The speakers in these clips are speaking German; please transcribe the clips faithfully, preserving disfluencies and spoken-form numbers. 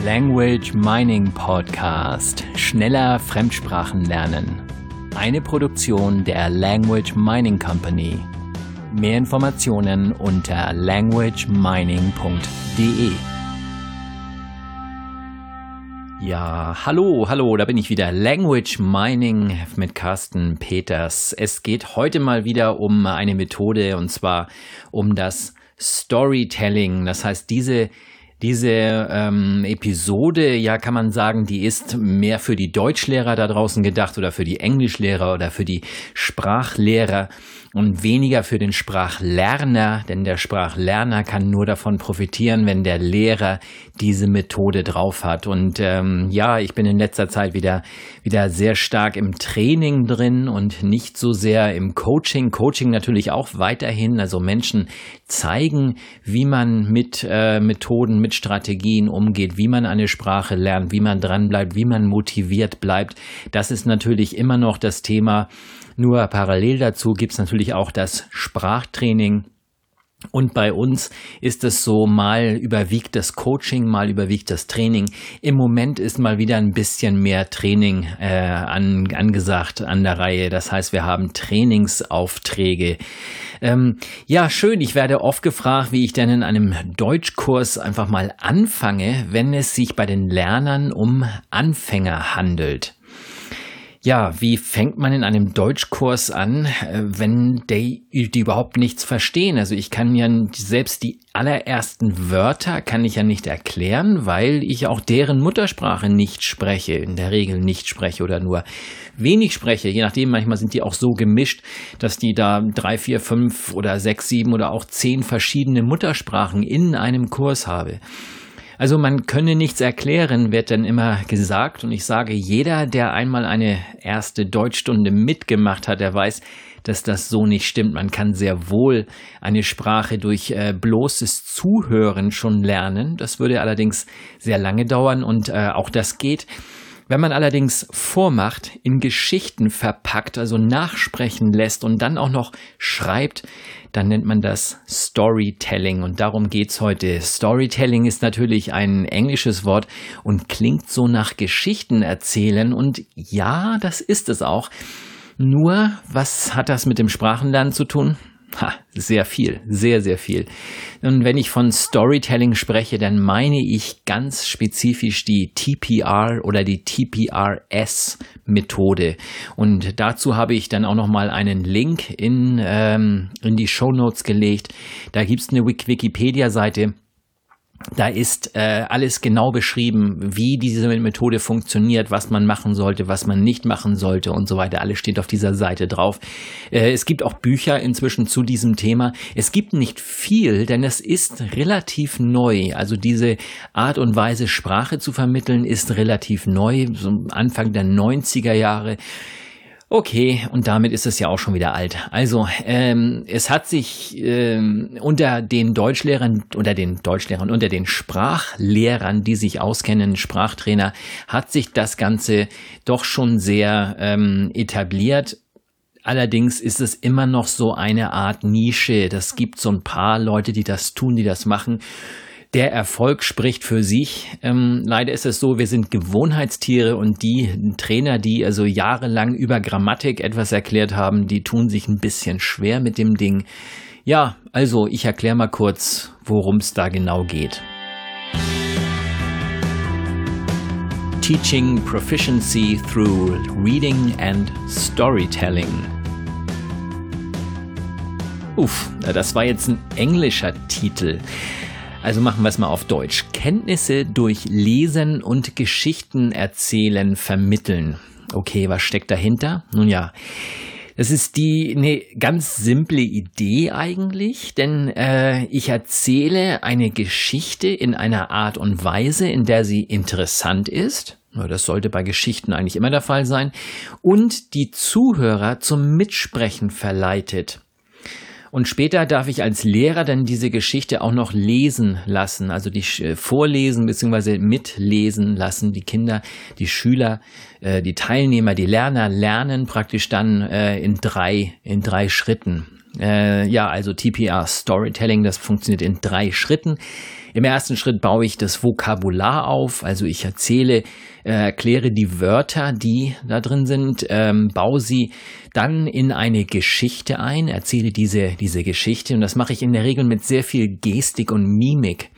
Language Mining Podcast. Schneller Fremdsprachen lernen. Eine Produktion der Language Mining Company. Mehr Informationen unter language mining punkt de. Ja, hallo, hallo, da bin ich wieder. Language Mining mit Carsten Peters. Es geht heute mal wieder um eine Methode, und zwar um das Storytelling. Das heißt, diese Diese ähm, Episode, ja, kann man sagen, die ist mehr für die Deutschlehrer da draußen gedacht oder für die Englischlehrer oder für die Sprachlehrer und weniger für den Sprachlerner, denn der Sprachlerner kann nur davon profitieren, wenn der Lehrer diese Methode drauf hat. Und ähm, ja, ich bin in letzter Zeit wieder wieder sehr stark im Training drin und nicht so sehr im Coaching. Coaching natürlich auch weiterhin, also Menschen zeigen, wie man mit äh, Methoden, mit Strategien umgeht, wie man eine Sprache lernt, wie man dranbleibt, wie man motiviert bleibt. Das ist natürlich immer noch das Thema. Nur parallel dazu gibt es natürlich auch das Sprachtraining. Und bei uns ist es so, mal überwiegt das Coaching, mal überwiegt das Training. Im Moment ist mal wieder ein bisschen mehr Training äh, an, angesagt an der Reihe. Das heißt, wir haben Trainingsaufträge. Ähm, ja, schön. Ich werde oft gefragt, wie ich denn in einem Deutschkurs einfach mal anfange, wenn es sich bei den Lernern um Anfänger handelt. Ja, wie fängt man in einem Deutschkurs an, wenn die, die überhaupt nichts verstehen? Also ich kann ja selbst die allerersten Wörter kann ich ja nicht erklären, weil ich auch deren Muttersprache nicht spreche, in der Regel nicht spreche oder nur wenig spreche. Je nachdem, manchmal sind die auch so gemischt, dass die da drei, vier, fünf oder sechs, sieben oder auch zehn verschiedene Muttersprachen in einem Kurs habe. Also man könne nichts erklären, wird dann immer gesagt. Und ich sage, jeder, der einmal eine erste Deutschstunde mitgemacht hat, der weiß, dass das so nicht stimmt. Man kann sehr wohl eine Sprache durch äh, bloßes Zuhören schon lernen. Das würde allerdings sehr lange dauern und äh, auch das geht. Wenn man allerdings vormacht, in Geschichten verpackt, also nachsprechen lässt und dann auch noch schreibt, dann nennt man das Storytelling und darum geht's heute. Storytelling ist natürlich ein englisches Wort und klingt so nach Geschichten erzählen und ja, das ist es auch. Nur, was hat das mit dem Sprachenlernen zu tun? Ha, sehr viel, sehr, sehr viel. Und wenn ich von Storytelling spreche, dann meine ich ganz spezifisch die T P R oder die T P R S-Methode. Und dazu habe ich dann auch nochmal einen Link in, ähm, in die Shownotes gelegt. Da gibt's eine Wikipedia-Seite. Da ist äh, alles genau beschrieben, wie diese Methode funktioniert, was man machen sollte, was man nicht machen sollte und so weiter. Alles steht auf dieser Seite drauf. Äh, es gibt auch Bücher inzwischen zu diesem Thema. Es gibt nicht viel, denn es ist relativ neu. Also diese Art und Weise, Sprache zu vermitteln, ist relativ neu, so Anfang der neunziger Jahre. Okay, und damit ist es ja auch schon wieder alt. Also, ähm, es hat sich ähm, unter den Deutschlehrern, unter den Deutschlehrern, unter den Sprachlehrern, die sich auskennen, Sprachtrainer, hat sich das Ganze doch schon sehr ähm, etabliert. Allerdings ist es immer noch so eine Art Nische. Das gibt so ein paar Leute, die das tun, die das machen. Der Erfolg spricht für sich. Ähm, leider ist es so, wir sind Gewohnheitstiere und die Trainer, die also jahrelang über Grammatik etwas erklärt haben, die tun sich ein bisschen schwer mit dem Ding. Ja, also ich erkläre mal kurz, worum es da genau geht. Teaching Proficiency through Reading and Storytelling. Uff, das war jetzt ein englischer Titel. Also machen wir es mal auf Deutsch. Kenntnisse durch Lesen und Geschichten erzählen vermitteln. Okay, was steckt dahinter? Nun ja, das ist die eine ganz simple Idee eigentlich, denn äh, ich erzähle eine Geschichte in einer Art und Weise, in der sie interessant ist. Das sollte bei Geschichten eigentlich immer der Fall sein. Und die Zuhörer zum Mitsprechen verleitet. Und später darf ich als Lehrer dann diese Geschichte auch noch lesen lassen, also die äh, vorlesen bzw. mitlesen lassen. Die Kinder, die Schüler, äh, die Teilnehmer, die Lerner lernen praktisch dann äh, in drei in drei Schritten. Äh, ja, also T P R Storytelling, das funktioniert in drei Schritten. Im ersten Schritt baue ich das Vokabular auf, also ich erzähle, äh, erkläre die Wörter, die da drin sind, ähm, baue sie dann in eine Geschichte ein, erzähle diese, diese Geschichte, und das mache ich in der Regel mit sehr viel Gestik und Mimik.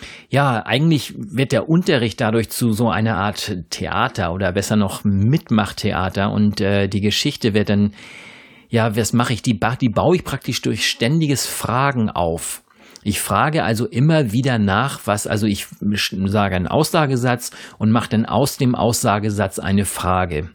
Ja, eigentlich wird der Unterricht dadurch zu so einer Art Theater oder besser noch Mitmachtheater, und äh, die Geschichte wird dann, ja, was mache ich? Die, die baue ich praktisch durch ständiges Fragen auf. Ich frage also immer wieder nach, was, also ich sage einen Aussagesatz und mache dann aus dem Aussagesatz eine Frage.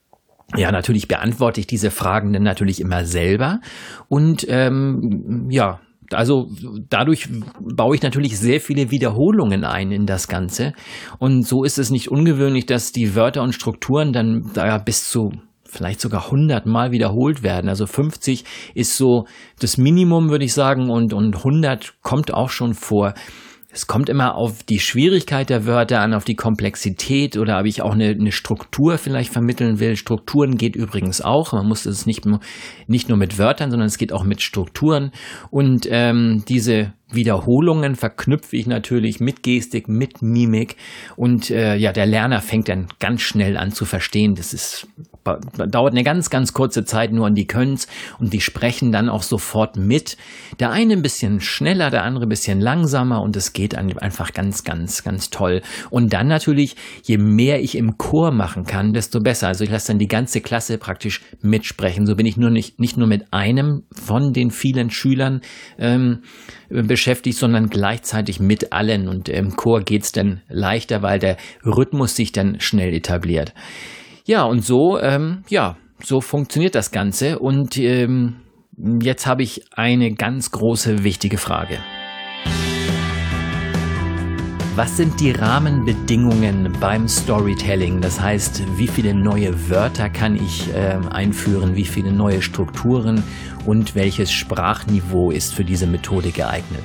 Ja, natürlich beantworte ich diese Fragen dann natürlich immer selber, und ähm, ja, also dadurch baue ich natürlich sehr viele Wiederholungen ein in das Ganze, und so ist es nicht ungewöhnlich, dass die Wörter und Strukturen dann da bis zu vielleicht sogar hundert Mal wiederholt werden. Also fünfzig ist so das Minimum, würde ich sagen, und, und hundert kommt auch schon vor. Es kommt immer auf die Schwierigkeit der Wörter an, auf die Komplexität, oder ob ich auch eine, eine Struktur vielleicht vermitteln will. Strukturen geht übrigens auch. Man muss es nicht, nicht nur mit Wörtern, sondern es geht auch mit Strukturen. Und ähm, diese Wiederholungen verknüpfe ich natürlich mit Gestik, mit Mimik, und äh, ja, der Lerner fängt dann ganz schnell an zu verstehen. Das ist dauert eine ganz, ganz kurze Zeit nur, und die können's, und die sprechen dann auch sofort mit. Der eine ein bisschen schneller, der andere ein bisschen langsamer, und es geht einfach ganz, ganz, ganz toll. Und dann natürlich, je mehr ich im Chor machen kann, desto besser. Also ich lasse dann die ganze Klasse praktisch mitsprechen. So bin ich nur nicht, nicht nur mit einem von den vielen Schülern ähm, beschäftigt, sondern gleichzeitig mit allen, und im Chor geht's dann leichter, weil der Rhythmus sich dann schnell etabliert. Ja, und so, ähm, ja, so funktioniert das Ganze, und ähm, jetzt habe ich eine ganz große, wichtige Frage. Was sind die Rahmenbedingungen beim Storytelling? Das heißt, wie viele neue Wörter kann ich äh, einführen, wie viele neue Strukturen, und welches Sprachniveau ist für diese Methode geeignet?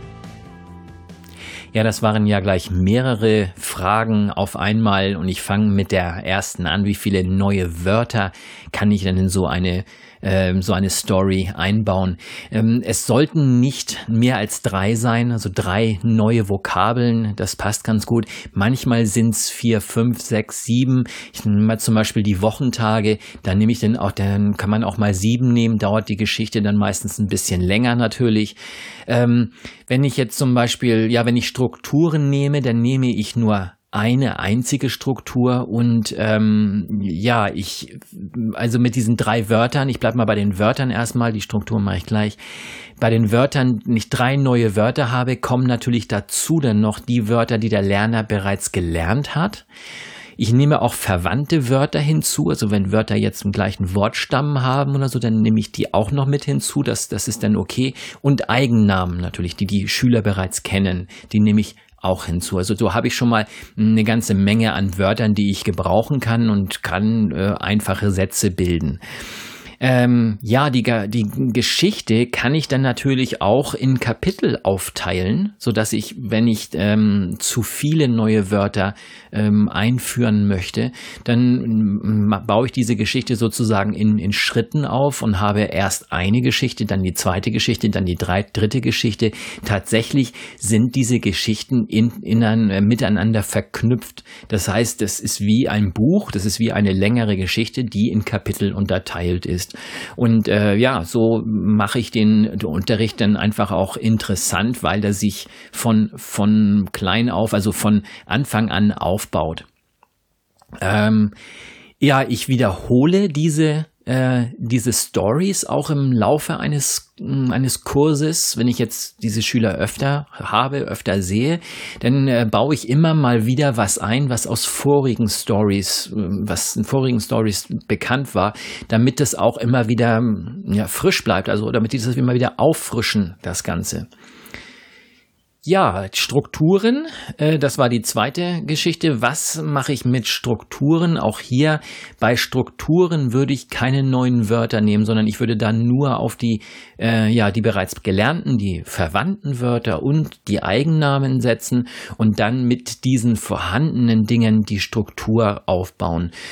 Ja, das waren ja gleich mehrere Fragen auf einmal, und ich fange mit der ersten an. Wie viele neue Wörter kann ich denn in so eine äh, so eine Story einbauen? Ähm, es sollten nicht mehr als drei sein, also drei neue Vokabeln, das passt ganz gut. Manchmal sind es vier, fünf, sechs, sieben. Ich nehme mal zum Beispiel die Wochentage, dann nehme ich dann auch, dann kann man auch mal sieben nehmen, dauert die Geschichte dann meistens ein bisschen länger natürlich. Ähm, wenn ich jetzt zum Beispiel, ja, wenn ich Strukturen nehme, dann nehme ich nur eine einzige Struktur, und ähm, ja, ich, also mit diesen drei Wörtern, ich bleibe mal bei den Wörtern erstmal, die Struktur mache ich gleich. Bei den Wörtern, wenn ich drei neue Wörter habe, kommen natürlich dazu dann noch die Wörter, die der Lerner bereits gelernt hat. Ich nehme auch verwandte Wörter hinzu, also wenn Wörter jetzt einen gleichen Wortstamm haben oder so, dann nehme ich die auch noch mit hinzu, das, das ist dann okay. Und Eigennamen natürlich, die die Schüler bereits kennen, die nehme ich auch hinzu. Also so habe ich schon mal eine ganze Menge an Wörtern, die ich gebrauchen kann, und kann äh, einfache Sätze bilden. Ähm, ja, die, die Geschichte kann ich dann natürlich auch in Kapitel aufteilen, so dass ich, wenn ich ähm, zu viele neue Wörter ähm, einführen möchte, dann ähm, baue ich diese Geschichte sozusagen in, in Schritten auf und habe erst eine Geschichte, dann die zweite Geschichte, dann die drei, dritte Geschichte. Tatsächlich sind diese Geschichten in, in ein, äh, miteinander verknüpft. Das heißt, das ist wie ein Buch, das ist wie eine längere Geschichte, die in Kapitel unterteilt ist. Und äh, ja, so mache ich den, den Unterricht dann einfach auch interessant, weil er sich von, von klein auf, also von Anfang an aufbaut. Ähm, ja, ich wiederhole diese äh, diese Stories auch im Laufe eines eines Kurses. Wenn ich jetzt diese Schüler öfter habe, öfter sehe, dann äh, baue ich immer mal wieder was ein, was aus vorigen Stories, was in vorigen Stories bekannt war, damit es auch immer wieder ja, frisch bleibt, also damit die das immer wieder auffrischen, das Ganze. Ja, Strukturen, äh, das war die zweite Geschichte. Was mache ich mit Strukturen? Auch hier bei Strukturen würde ich keine neuen Wörter nehmen, sondern ich würde dann nur auf die, äh, ja, die bereits gelernten, die verwandten Wörter und die Eigennamen setzen und dann mit diesen vorhandenen Dingen die Struktur aufbauen.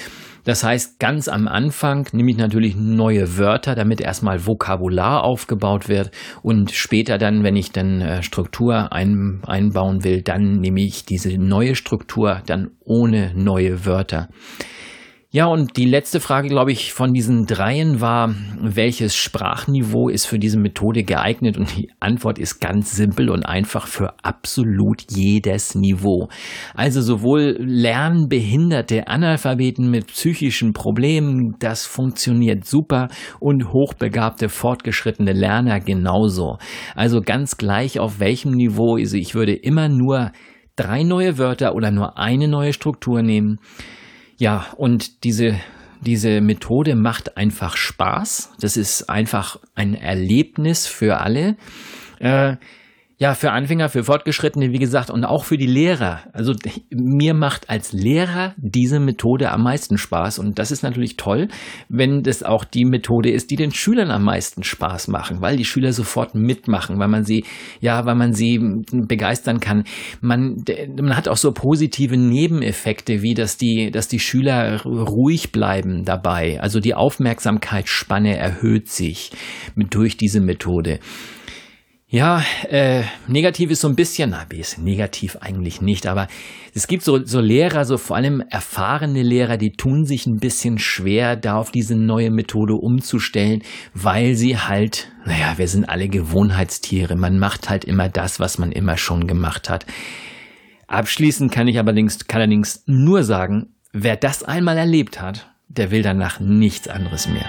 Das heißt, ganz am Anfang nehme ich natürlich neue Wörter, damit erstmal Vokabular aufgebaut wird und später dann, wenn ich dann äh, Struktur ein, einbauen will, dann nehme ich diese neue Struktur dann ohne neue Wörter. Ja, und die letzte Frage, glaube ich, von diesen dreien war, welches Sprachniveau ist für diese Methode geeignet? Und die Antwort ist ganz simpel und einfach: für absolut jedes Niveau. Also sowohl lernbehinderte Analphabeten mit psychischen Problemen, das funktioniert super, und hochbegabte, fortgeschrittene Lerner genauso. Also ganz gleich auf welchem Niveau. Also ich würde immer nur drei neue Wörter oder nur eine neue Struktur nehmen. Ja, und diese, diese Methode macht einfach Spaß. Das ist einfach ein Erlebnis für alle. Äh, ja, für Anfänger, für Fortgeschrittene, wie gesagt, und auch für die Lehrer. Also mir macht als Lehrer diese Methode am meisten Spaß. Und das ist natürlich toll, wenn das auch die Methode ist, die den Schülern am meisten Spaß machen, weil die Schüler sofort mitmachen, weil man sie, ja, weil man sie begeistern kann. Man, man hat auch so positive Nebeneffekte, wie dass die, dass die Schüler ruhig bleiben dabei. Also die Aufmerksamkeitsspanne erhöht sich mit, durch diese Methode. Ja, äh, negativ ist so ein bisschen, na, wie ist negativ eigentlich nicht, aber es gibt so, so Lehrer, so vor allem erfahrene Lehrer, die tun sich ein bisschen schwer, da auf diese neue Methode umzustellen, weil sie halt, naja, wir sind alle Gewohnheitstiere, man macht halt immer das, was man immer schon gemacht hat. Abschließend kann ich allerdings, kann allerdings nur sagen, wer das einmal erlebt hat, der will danach nichts anderes mehr.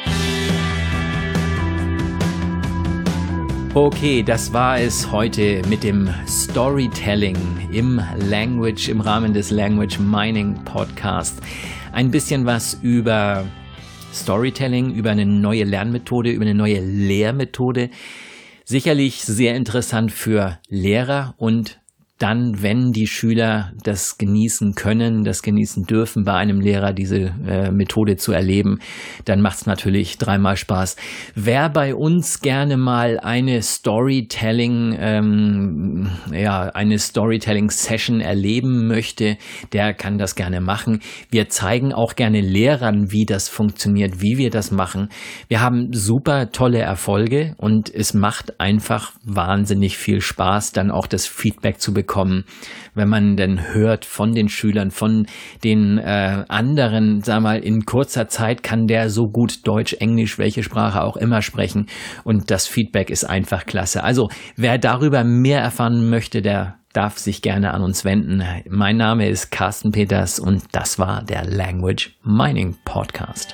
Okay, das war es heute mit dem Storytelling im Language, im Rahmen des Language Mining Podcast. Ein bisschen was über Storytelling, über eine neue Lernmethode, über eine neue Lehrmethode. Sicherlich sehr interessant für Lehrer und dann, wenn die Schüler das genießen können, das genießen dürfen, bei einem Lehrer diese äh, Methode zu erleben, dann macht es natürlich dreimal Spaß. Wer bei uns gerne mal eine Storytelling, ähm, ja, eine Storytelling-Session erleben möchte, der kann das gerne machen. Wir zeigen auch gerne Lehrern, wie das funktioniert, wie wir das machen. Wir haben super tolle Erfolge und es macht einfach wahnsinnig viel Spaß, dann auch das Feedback zu bekommen. Kommen, wenn man dann hört von den Schülern, von den äh, anderen, sag mal, in kurzer Zeit kann der so gut Deutsch, Englisch, welche Sprache auch immer sprechen, und das Feedback ist einfach klasse. Also wer darüber mehr erfahren möchte, der darf sich gerne an uns wenden. Mein Name ist Carsten Peters und das war der Language Mining Podcast.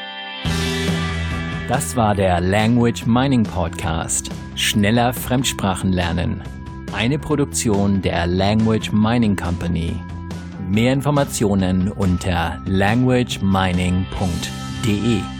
Das war der Language Mining Podcast. Schneller Fremdsprachen lernen. Eine Produktion der Language Mining Company. Mehr Informationen unter language mining punkt de.